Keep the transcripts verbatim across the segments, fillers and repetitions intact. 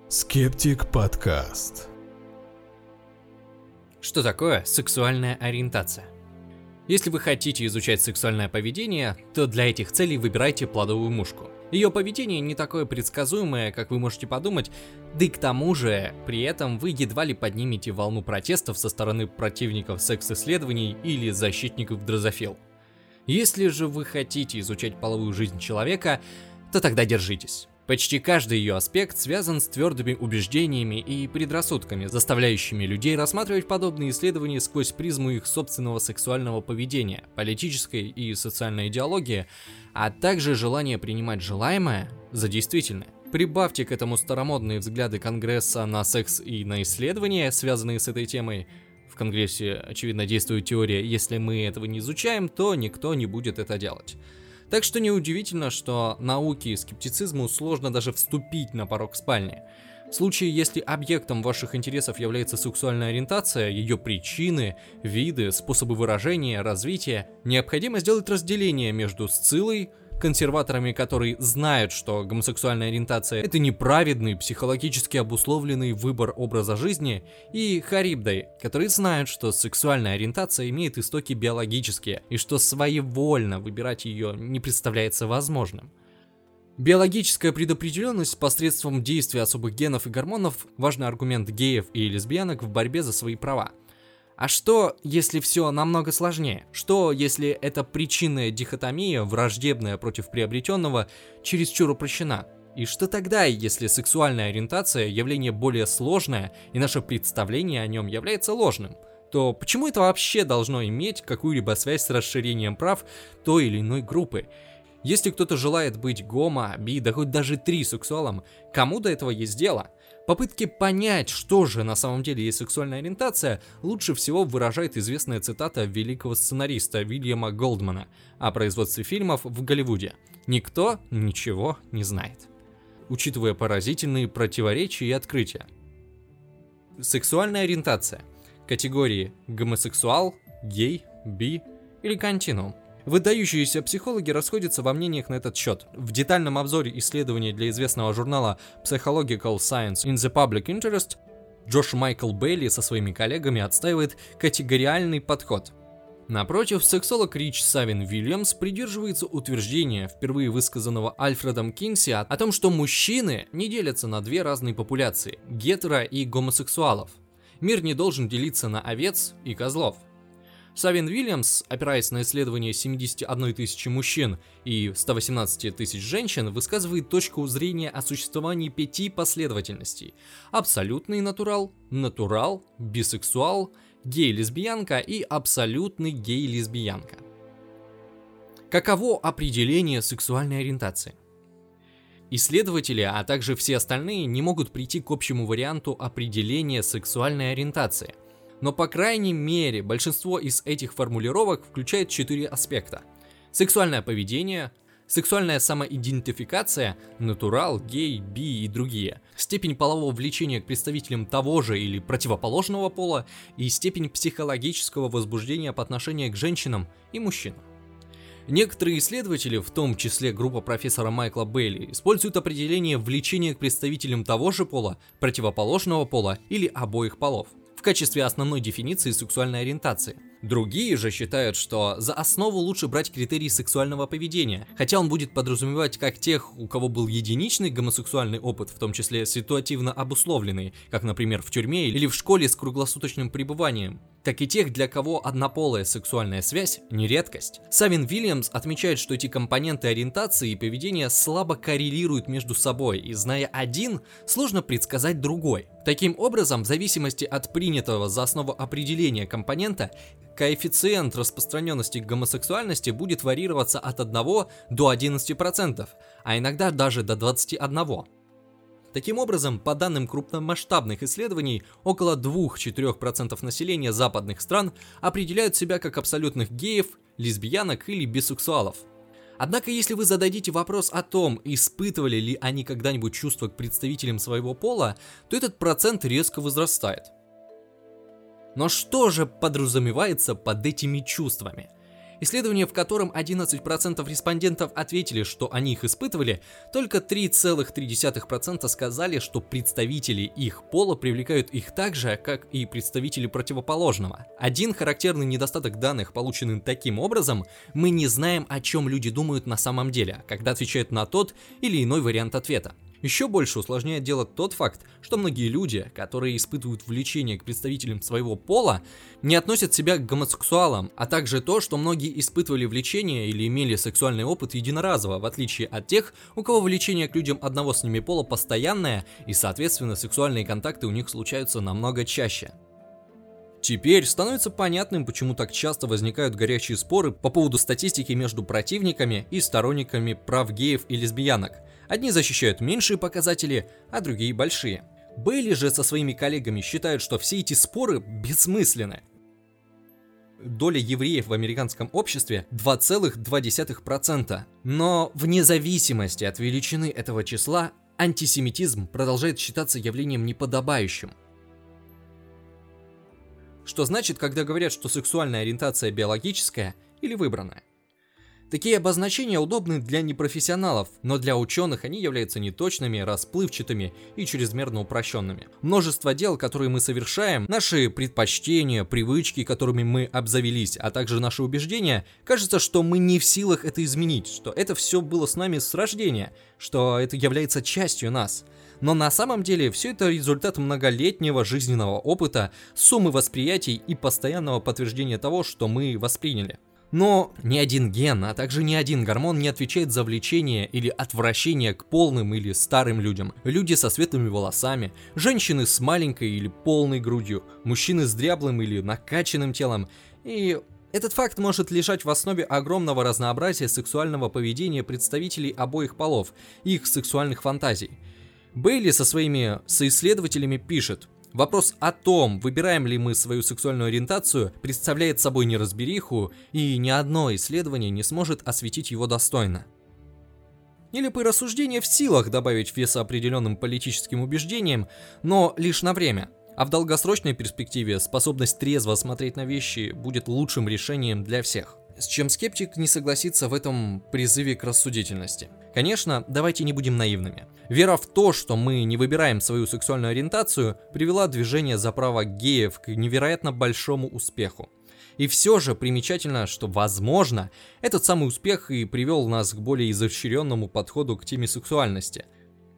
Скептик подкаст. Что такое сексуальная ориентация? Если вы хотите изучать сексуальное поведение, то для этих целей выбирайте плодовую мушку. Ее поведение не такое предсказуемое, как вы можете подумать, да и к тому же, при этом вы едва ли поднимете волну протестов со стороны противников секс-исследований или защитников дрозофил. Если же вы хотите изучать половую жизнь человека, то тогда держитесь. Почти каждый ее аспект связан с твердыми убеждениями и предрассудками, заставляющими людей рассматривать подобные исследования сквозь призму их собственного сексуального поведения, политической и социальной идеологии, а также желание принимать желаемое за действительное. Прибавьте к этому старомодные взгляды Конгресса на секс и на исследования, связанные с этой темой. В Конгрессе, очевидно, действует теория: если мы этого не изучаем, то никто не будет это делать. Так что неудивительно, что науке и скептицизму сложно даже вступить на порог спальни. В случае, если объектом ваших интересов является сексуальная ориентация, ее причины, виды, способы выражения, развития, необходимо сделать разделение между Сциллой, консерваторами, которые знают, что гомосексуальная ориентация — это неправедный, психологически обусловленный выбор образа жизни, и Харибдой, которые знают, что сексуальная ориентация имеет истоки биологические, и что своевольно выбирать ее не представляется возможным. Биологическая предопределенность посредством действия особых генов и гормонов – важный аргумент геев и лесбиянок в борьбе за свои права. А что, если все намного сложнее? Что, если эта причинная дихотомия, враждебная против приобретенного, чересчур упрощена? И что тогда, если сексуальная ориентация – явление более сложное, и наше представление о нем является ложным? То почему это вообще должно иметь какую-либо связь с расширением прав той или иной группы? Если кто-то желает быть гомо, би, да хоть даже трисексуалом, кому до этого есть дело? Попытки понять, что же на самом деле есть сексуальная ориентация, лучше всего выражает известная цитата великого сценариста Уильяма Голдмана о производстве фильмов в Голливуде: «Никто ничего не знает». Учитывая поразительные противоречия и открытия. Сексуальная ориентация. Категории гомосексуал, гей, би или континуум. Выдающиеся психологи расходятся во мнениях на этот счет. В детальном обзоре исследований для известного журнала Psychological Science in the Public Interest Джош Майкл Бейли со своими коллегами отстаивает категориальный подход. Напротив, сексолог Рич Савин Уильямс придерживается утверждения, впервые высказанного Альфредом Кинси, о том, что мужчины не делятся на две разные популяции – гетеро и гомосексуалов. Мир не должен делиться на овец и козлов. Савин Уильямс, опираясь на исследования семидесяти одной тысячи мужчин и ста восемнадцати тысяч женщин, высказывает точку зрения о существовании пяти последовательностей: абсолютный натурал, натурал, бисексуал, гей-лесбиянка и абсолютный гей-лесбиянка. Каково определение сексуальной ориентации? Исследователи, а также все остальные, не могут прийти к общему варианту определения сексуальной ориентации. Но, по крайней мере, большинство из этих формулировок включает четыре аспекта: сексуальное поведение, сексуальная самоидентификация, натурал, гей, би и другие, степень полового влечения к представителям того же или противоположного пола и степень психологического возбуждения по отношению к женщинам и мужчинам. Некоторые исследователи, в том числе группа профессора Майкла Бейли, используют определение влечения к представителям того же пола, противоположного пола или обоих полов в качестве основной дефиниции сексуальной ориентации. Другие же считают, что за основу лучше брать критерий сексуального поведения, хотя он будет подразумевать как тех, у кого был единичный гомосексуальный опыт, в том числе ситуативно обусловленный, как, например, в тюрьме или в школе с круглосуточным пребыванием, так и тех, для кого однополая сексуальная связь не редкость. Савин Уильямс отмечает, что эти компоненты ориентации и поведения слабо коррелируют между собой, и, зная один, сложно предсказать другой. Таким образом, в зависимости от принятого за основу определения компонента, коэффициент распространенности гомосексуальности будет варьироваться от одного до одиннадцати процентов, а иногда даже до двадцати одного процента. Таким образом, по данным крупномасштабных исследований, около двух-четырёх процентов населения западных стран определяют себя как абсолютных геев, лесбиянок или бисексуалов. Однако, если вы зададите вопрос о том, испытывали ли они когда-нибудь чувства к представителям своего пола, то этот процент резко возрастает. Но что же подразумевается под этими чувствами? Исследование, в котором одиннадцать процентов респондентов ответили, что они их испытывали, только три целых три десятых процента сказали, что представители их пола привлекают их так же, как и представители противоположного. Один характерный недостаток данных, полученных таким образом: мы не знаем, о чем люди думают на самом деле, когда отвечают на тот или иной вариант ответа. Еще больше усложняет дело тот факт, что многие люди, которые испытывают влечение к представителям своего пола, не относят себя к гомосексуалам, а также то, что многие испытывали влечение или имели сексуальный опыт единоразово, в отличие от тех, у кого влечение к людям одного с ними пола постоянное, и, соответственно, сексуальные контакты у них случаются намного чаще. Теперь становится понятным, почему так часто возникают горячие споры по поводу статистики между противниками и сторонниками прав геев и лесбиянок. Одни защищают меньшие показатели, а другие большие. Бейли же со своими коллегами считают, что все эти споры бессмысленны. Доля евреев в американском обществе два целых два десятых процента. Но вне зависимости от величины этого числа, антисемитизм продолжает считаться явлением неподобающим. Что значит, когда говорят, что сексуальная ориентация биологическая или выбранная? Такие обозначения удобны для непрофессионалов, но для ученых они являются неточными, расплывчатыми и чрезмерно упрощенными. Множество дел, которые мы совершаем, наши предпочтения, привычки, которыми мы обзавелись, а также наши убеждения, кажется, что мы не в силах это изменить, что это все было с нами с рождения, что это является частью нас. Но на самом деле все это результат многолетнего жизненного опыта, суммы восприятий и постоянного подтверждения того, что мы восприняли. Но ни один ген, а также ни один гормон не отвечает за влечение или отвращение к полным или старым людям. Люди со светлыми волосами, женщины с маленькой или полной грудью, мужчины с дряблым или накачанным телом. И этот факт может лежать в основе огромного разнообразия сексуального поведения представителей обоих полов и их сексуальных фантазий. Бейли со своими соисследователями пишет: вопрос о том, выбираем ли мы свою сексуальную ориентацию, представляет собой неразбериху, и ни одно исследование не сможет осветить его достойно. Нелепые рассуждения в силах добавить веса определенным политическим убеждениям, но лишь на время. А в долгосрочной перспективе способность трезво смотреть на вещи будет лучшим решением для всех. С чем скептик не согласится в этом призыве к рассудительности? Конечно, давайте не будем наивными. Вера в то, что мы не выбираем свою сексуальную ориентацию, привела движение за право геев к невероятно большому успеху. И все же примечательно, что, возможно, этот самый успех и привел нас к более изощренному подходу к теме сексуальности.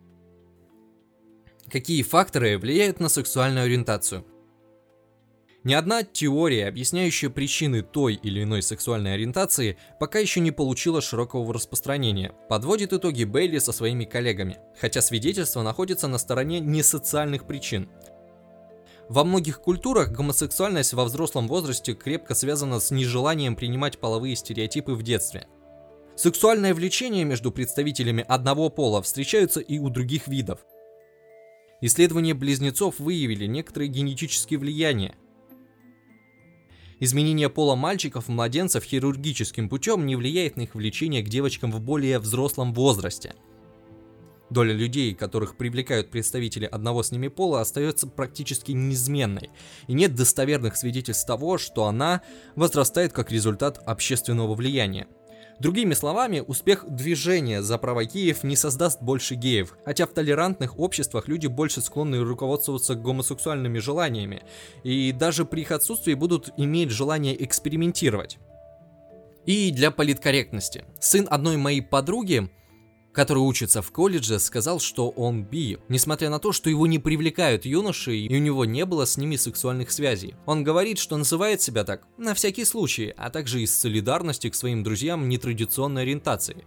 Какие факторы влияют на сексуальную ориентацию? Ни одна теория, объясняющая причины той или иной сексуальной ориентации, пока еще не получила широкого распространения, подводит итоги Бейли со своими коллегами, хотя свидетельства находятся на стороне несоциальных причин. Во многих культурах гомосексуальность во взрослом возрасте крепко связана с нежеланием принимать половые стереотипы в детстве. Сексуальное влечение между представителями одного пола встречаются и у других видов. Исследования близнецов выявили некоторые генетические влияния. Изменение пола мальчиков-младенцев хирургическим путем не влияет на их влечение к девочкам в более взрослом возрасте. Доля людей, которых привлекают представители одного с ними пола, остается практически неизменной, и нет достоверных свидетельств того, что она возрастает как результат общественного влияния. Другими словами, успех движения за права геев не создаст больше геев, хотя в толерантных обществах люди больше склонны руководствоваться гомосексуальными желаниями, и даже при их отсутствии будут иметь желание экспериментировать. И для политкорректности. Сын одной моей подруги, который учится в колледже, сказал, что он би, несмотря на то, что его не привлекают юноши и у него не было с ними сексуальных связей. Он говорит, что называет себя так на всякий случай, а также из солидарности к своим друзьям нетрадиционной ориентации.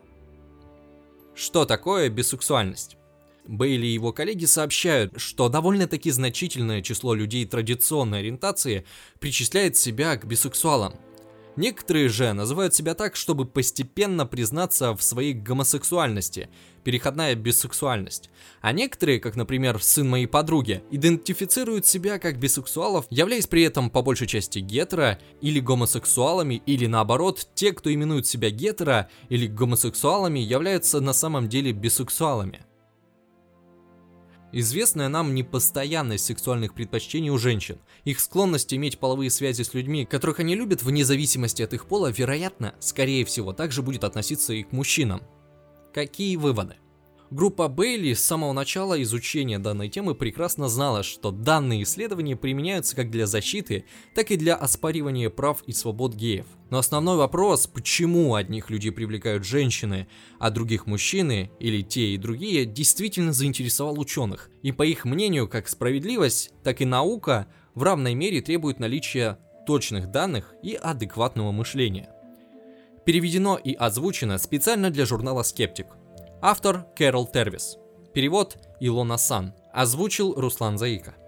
Что такое бисексуальность? Бейли и его коллеги сообщают, что довольно-таки значительное число людей традиционной ориентации причисляет себя к бисексуалам. Некоторые же называют себя так, чтобы постепенно признаться в своей гомосексуальности, переходная бисексуальность. А некоторые, как, например, сын моей подруги, идентифицируют себя как бисексуалов, являясь при этом по большей части гетеро или гомосексуалами, или наоборот, те, кто именуют себя гетеро или гомосексуалами, являются на самом деле бисексуалами. Известная нам непостоянность сексуальных предпочтений у женщин, их склонность иметь половые связи с людьми, которых они любят вне зависимости от их пола, вероятно, скорее всего, также будет относиться и к мужчинам. Какие выводы? Группа Бейли с самого начала изучения данной темы прекрасно знала, что данные исследования применяются как для защиты, так и для оспаривания прав и свобод геев. Но основной вопрос, почему одних людей привлекают женщины, а других мужчины, или те и другие, действительно заинтересовал ученых. И по их мнению, как справедливость, так и наука в равной мере требуют наличия точных данных и адекватного мышления. Переведено и озвучено специально для журнала «Скептик». Автор Кэрол Тервис. Перевод Илона Сан. Озвучил Руслан Заика.